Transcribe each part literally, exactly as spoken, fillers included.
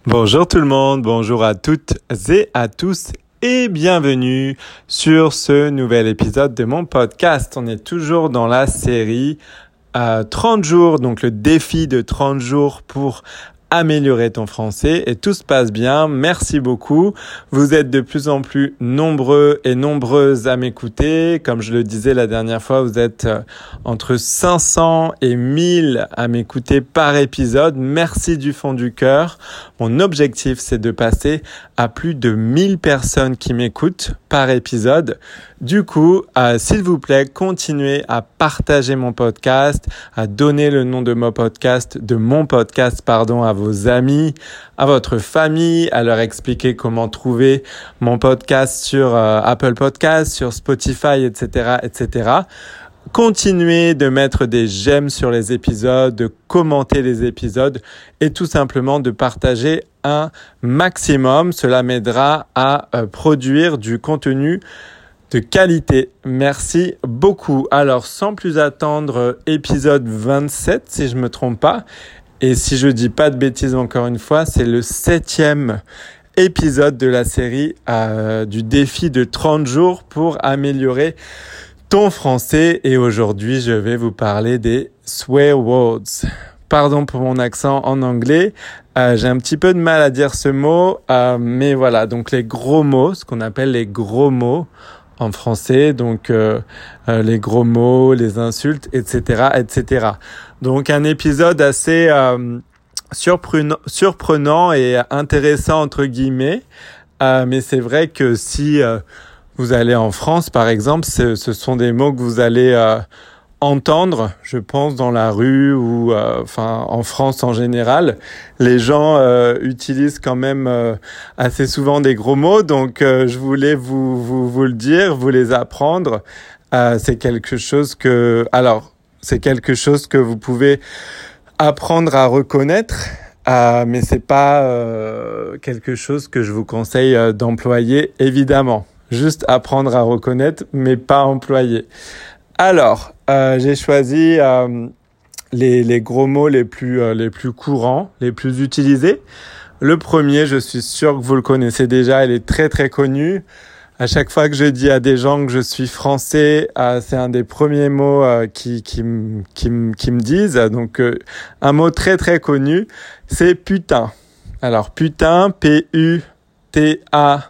Bonjour tout le monde, bonjour à toutes et à tous et bienvenue sur ce nouvel épisode de mon podcast. On est toujours dans la série euh, trente jours, donc le défi de trente jours pour améliorer ton français et tout se passe bien. Merci beaucoup. Vous êtes de plus en plus nombreux et nombreuses à m'écouter. Comme je le disais la dernière fois, vous êtes euh, entre cinq cents et mille à m'écouter par épisode. Merci du fond du cœur. Mon objectif, c'est de passer à plus de mille personnes qui m'écoutent par épisode. Du coup, euh, s'il vous plaît, continuez à partager mon podcast, à donner le nom de mon podcast, de mon podcast, pardon, à vos amis, à votre famille, à leur expliquer comment trouver mon podcast sur euh, Apple Podcasts, sur Spotify, et cetera, et cetera. Continuez de mettre des j'aime sur les épisodes, de commenter les épisodes et tout simplement de partager un maximum. Cela m'aidera à euh, produire du contenu de qualité. Merci beaucoup. Alors, sans plus attendre, épisode vingt-sept, si je me trompe pas. Et si je dis pas de bêtises encore une fois, c'est le septième épisode de la série euh, du défi de trente jours pour améliorer ton français. Et aujourd'hui, je vais vous parler des swear words. Pardon pour mon accent en anglais. Euh, j'ai un petit peu de mal à dire ce mot, euh, mais voilà. Donc, les gros mots, ce qu'on appelle les gros mots en français, donc euh, euh, les gros mots, les insultes, et cetera, et cetera. Donc un épisode assez euh, surprenant, surprenant et intéressant entre guillemets, euh, mais c'est vrai que si euh, vous allez en France, par exemple, ce, ce sont des mots que vous allez euh, entendre, je pense, dans la rue ou euh, enfin en France en général. Les gens euh, utilisent quand même euh, assez souvent des gros mots, donc euh, je voulais vous, vous vous le dire, vous les apprendre. Euh, c'est quelque chose que alors c'est quelque chose que vous pouvez apprendre à reconnaître, euh, mais c'est pas euh, quelque chose que je vous conseille euh, d'employer, évidemment. Juste apprendre à reconnaître, mais pas employer. Alors, euh, j'ai choisi euh, les, les gros mots les plus, euh, les plus courants, les plus utilisés. Le premier, je suis sûr que vous le connaissez déjà, il est très très connu. À chaque fois que je dis à des gens que je suis français, euh, c'est un des premiers mots euh, qui, qui, m- qui, m- qui me disent. Donc, euh, un mot très très connu, c'est putain. Alors, putain, P U T A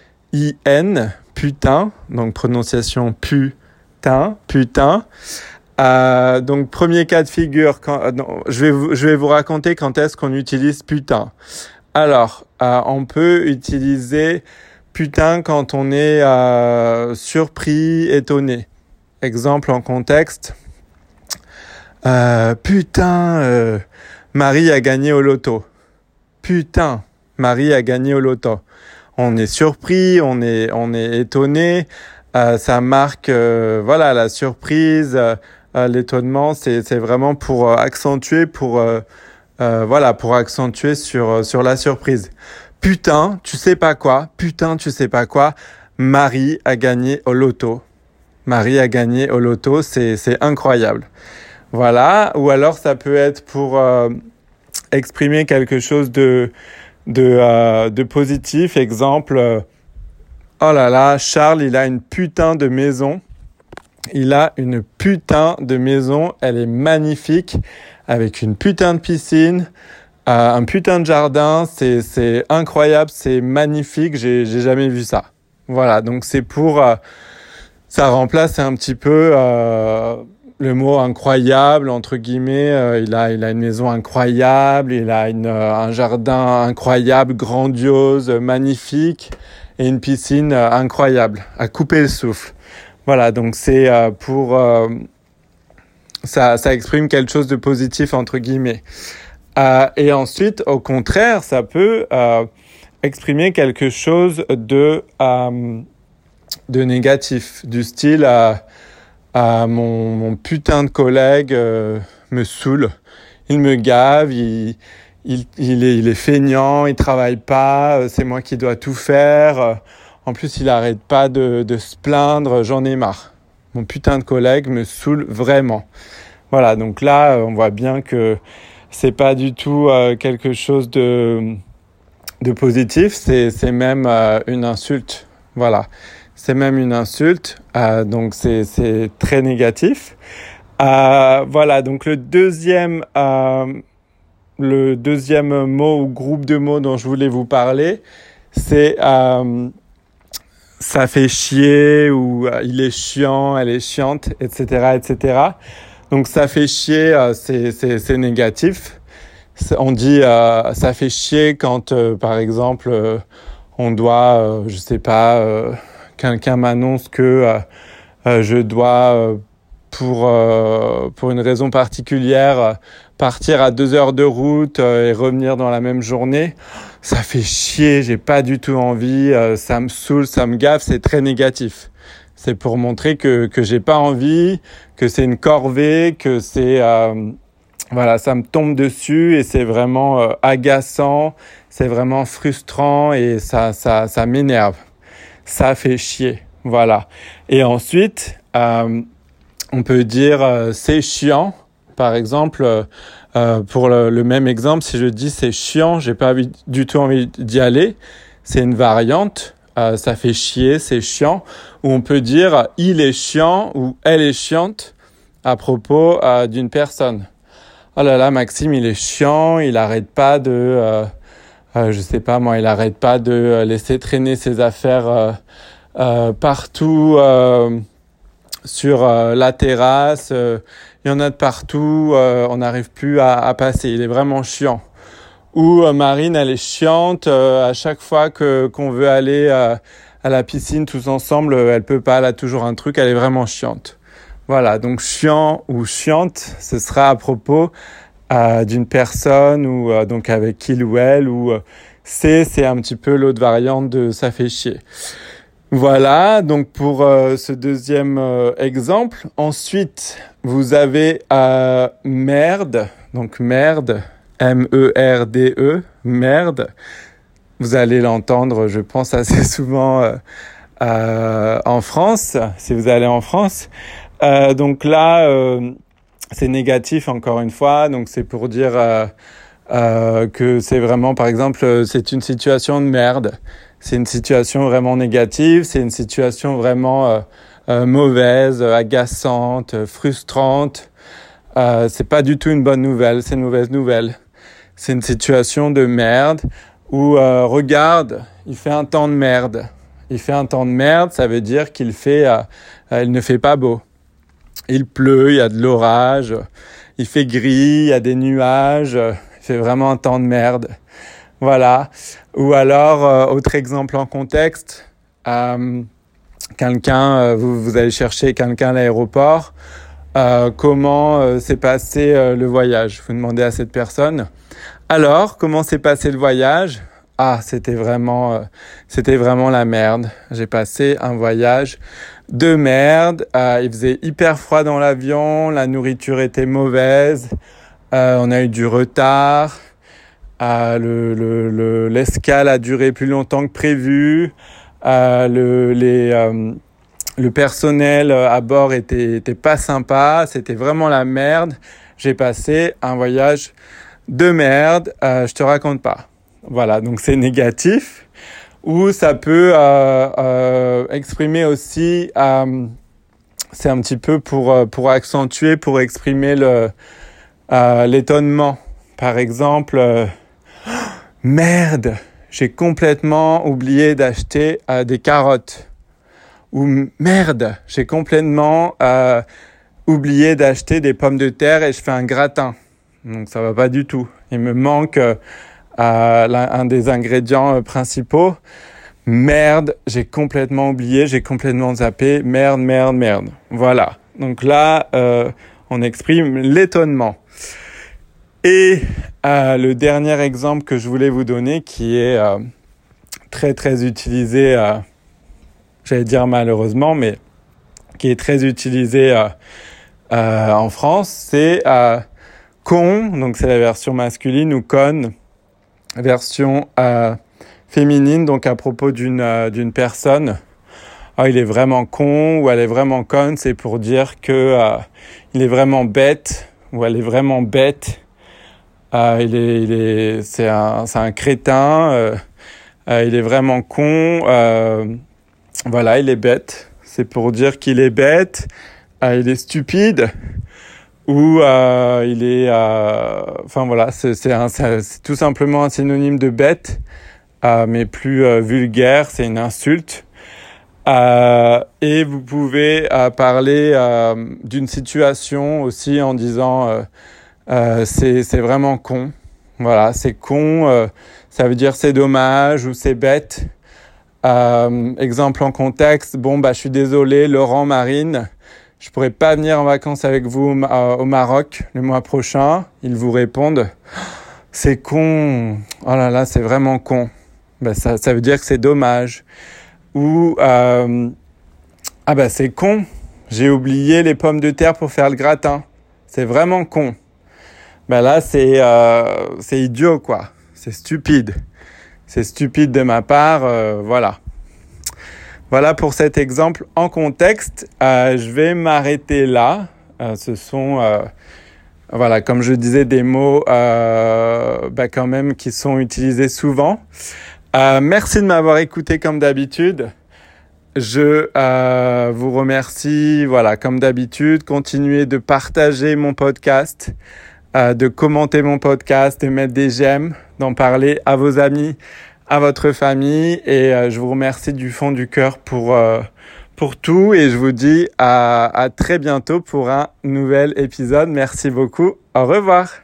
I N, putain, donc prononciation pu. Putain, putain. Euh, donc premier cas de figure, quand, euh, non, je vais vous, je vais vous raconter quand est-ce qu'on utilise putain. Alors, euh, on peut utiliser putain quand on est euh, surpris, étonné. Exemple en contexte. Euh, putain, euh, Marie a gagné au loto. Putain, Marie a gagné au loto. On est surpris, on est, on est étonné. Euh, ça marque, euh, voilà, la surprise, euh, euh, l'étonnement. C'est, c'est vraiment pour euh, accentuer, pour, euh, euh, voilà, pour accentuer sur euh, sur la surprise. Putain, tu sais pas quoi. Putain, tu sais pas quoi. Marie a gagné au loto. Marie a gagné au loto. C'est c'est incroyable. Voilà. Ou alors ça peut être pour euh, exprimer quelque chose de de euh, de positif. Exemple. Euh, Oh là là, Charles, il a une putain de maison. Il a une putain de maison. Elle est magnifique, avec une putain de piscine, euh, un putain de jardin. C'est, c'est incroyable, c'est magnifique. J'ai, j'ai jamais vu ça. Voilà, donc c'est pour... Euh, ça remplace un petit peu euh, le mot incroyable, entre guillemets. Euh, il a, il a une maison incroyable, il a une, euh, un jardin incroyable, grandiose, magnifique. Et une piscine euh, incroyable, à couper le souffle. Voilà, donc c'est euh, pour... Euh, ça, ça exprime quelque chose de positif, entre guillemets. Euh, et ensuite, au contraire, ça peut euh, exprimer quelque chose de, euh, de négatif, du style euh, euh, mon, mon putain de collègue euh, me saoule, il me gave, il... Il, il, est, il est feignant, il travaille pas, c'est moi qui dois tout faire. En plus, il arrête pas de, de se plaindre, j'en ai marre. Mon putain de collègue me saoule vraiment. Voilà, donc là, on voit bien que c'est pas du tout euh, quelque chose de de positif, c'est, c'est même euh, une insulte. Voilà, c'est même une insulte, euh, donc c'est, c'est très négatif. Euh, voilà, donc le deuxième, euh, le deuxième mot ou groupe de mots dont je voulais vous parler, c'est euh, ça fait chier ou euh, il est chiant, elle est chiante, et cetera, et cetera. Donc ça fait chier, euh, c'est, c'est, c'est négatif. C'est, on dit euh, ça fait chier quand, euh, par exemple, euh, on doit, euh, je sais pas, euh, quelqu'un m'annonce que euh, euh, je dois, euh, pour euh, pour une raison particulière, euh, partir à deux heures de route euh, et revenir dans la même journée. Ça fait chier, j'ai pas du tout envie, euh, ça me saoule, ça me gaffe, c'est très négatif. C'est pour montrer que que j'ai pas envie, que c'est une corvée, que c'est euh, voilà, ça me tombe dessus et c'est vraiment euh, agaçant, c'est vraiment frustrant et ça ça ça m'énerve. Ça fait chier, voilà. Et ensuite, euh, on peut dire euh, c'est chiant. Par exemple, euh, euh, pour le, le même exemple, si je dis c'est chiant, j'ai pas envie, du tout envie d'y aller, c'est une variante. Euh, ça fait chier, c'est chiant. Ou on peut dire il est chiant ou elle est chiante à propos euh, d'une personne. Oh là là, Maxime, il est chiant, il arrête pas de, euh, euh, je sais pas moi, il arrête pas de laisser traîner ses affaires euh, euh, partout euh, sur euh, la terrasse. Euh, il y en a de partout, euh, on n'arrive plus à, à passer. Il est vraiment chiant. Ou euh, Marine, elle est chiante. Euh, à chaque fois que qu'on veut aller euh, à la piscine tous ensemble, euh, elle peut pas. Elle a toujours un truc. Elle est vraiment chiante. Voilà, donc chiant ou chiante, ce sera à propos euh, d'une personne ou euh, donc avec qu'il ou elle, ou euh, c'est c'est un petit peu l'autre variante de ça fait chier. Voilà, donc pour euh, ce deuxième euh, exemple. Ensuite, vous avez euh, merde, donc merde, M E R D E, merde. Vous allez l'entendre, je pense, assez souvent euh, euh, en France, si vous allez en France. Euh, donc là, euh, c'est négatif encore une fois. Donc c'est pour dire euh, euh, que c'est vraiment, par exemple, c'est une situation de merde. C'est une situation vraiment négative. C'est une situation vraiment euh, euh, mauvaise, agaçante, frustrante. Euh, c'est pas du tout une bonne nouvelle. C'est une mauvaise nouvelle. C'est une situation de merde où euh, regarde, il fait un temps de merde. Il fait un temps de merde, ça veut dire qu'il fait, euh, euh, il ne fait pas beau. Il pleut, il y a de l'orage, il fait gris, il y a des nuages, il fait vraiment un temps de merde. Voilà. Ou alors, euh, autre exemple en contexte, euh, quelqu'un, euh, vous, vous allez chercher quelqu'un à l'aéroport, euh, comment euh, s'est passé euh, le voyage? Vous demandez à cette personne. Alors, comment s'est passé le voyage? Ah, c'était vraiment, euh, c'était vraiment la merde. J'ai passé un voyage de merde. Euh, il faisait hyper froid dans l'avion, la nourriture était mauvaise, euh, on a eu du retard, euh, le, le, le, l'escale a duré plus longtemps que prévu, euh, le, les, euh, le personnel à bord était, était pas sympa, c'était vraiment la merde. J'ai passé un voyage de merde, euh, je te raconte pas. Voilà, donc c'est négatif. Ou ça peut euh, euh, exprimer aussi, euh, c'est un petit peu pour pour accentuer, pour exprimer le euh, l'étonnement. Par exemple, euh, merde, j'ai complètement oublié d'acheter euh, des carottes. Ou merde, j'ai complètement euh, oublié d'acheter des pommes de terre et je fais un gratin. Donc ça va pas du tout. Il me manque euh, Euh, un des ingrédients euh, principaux. Merde, j'ai complètement oublié, j'ai complètement zappé. Merde, merde, merde. Voilà. Donc là, euh, on exprime l'étonnement. Et euh, le dernier exemple que je voulais vous donner, qui est euh, très très utilisé, euh, j'allais dire malheureusement, mais qui est très utilisé euh, euh, en France, c'est euh, con, donc c'est la version masculine, ou conne, version euh, féminine, donc à propos d'une euh, d'une personne. Oh, il est vraiment con ou elle est vraiment conne, c'est pour dire que euh, il est vraiment bête ou elle est vraiment bête. Euh, il est, il est, c'est un, c'est un crétin. Euh, Euh, il est vraiment con. Euh, voilà, il est bête. C'est pour dire qu'il est bête. Euh, il est stupide. Ou euh, il est... euh, Enfin voilà, c'est, c'est, un, c'est, c'est tout simplement un synonyme de bête, euh, mais plus euh, vulgaire. C'est une insulte. Euh, et vous pouvez euh, parler euh, d'une situation aussi en disant euh, euh, c'est, c'est vraiment con. Voilà, c'est con, euh, ça veut dire c'est dommage ou c'est bête. Euh, exemple en contexte, bon bah je suis désolé Laurent, Marine, je pourrais pas venir en vacances avec vous au, euh, au Maroc le mois prochain. Ils vous répondent c'est con, oh là là c'est vraiment con. Bah, ça, ça veut dire que c'est dommage. Ou euh, ah bah c'est con, j'ai oublié les pommes de terre pour faire le gratin. C'est vraiment con. Ben là c'est euh, c'est idiot quoi. C'est stupide. C'est stupide de ma part. Euh, voilà. Voilà pour cet exemple en contexte. Euh, je vais m'arrêter là. Euh, ce sont euh, voilà comme je disais des mots euh, bah, quand même qui sont utilisés souvent. Euh, merci de m'avoir écouté comme d'habitude. Je euh, vous remercie, voilà, comme d'habitude. Continuez de partager mon podcast, euh, de commenter mon podcast, de mettre des j'aime, d'en parler à vos amis, à votre famille. Et euh, je vous remercie du fond du cœur pour euh, pour tout. Et je vous dis à, à très bientôt pour un nouvel épisode. Merci beaucoup. Au revoir.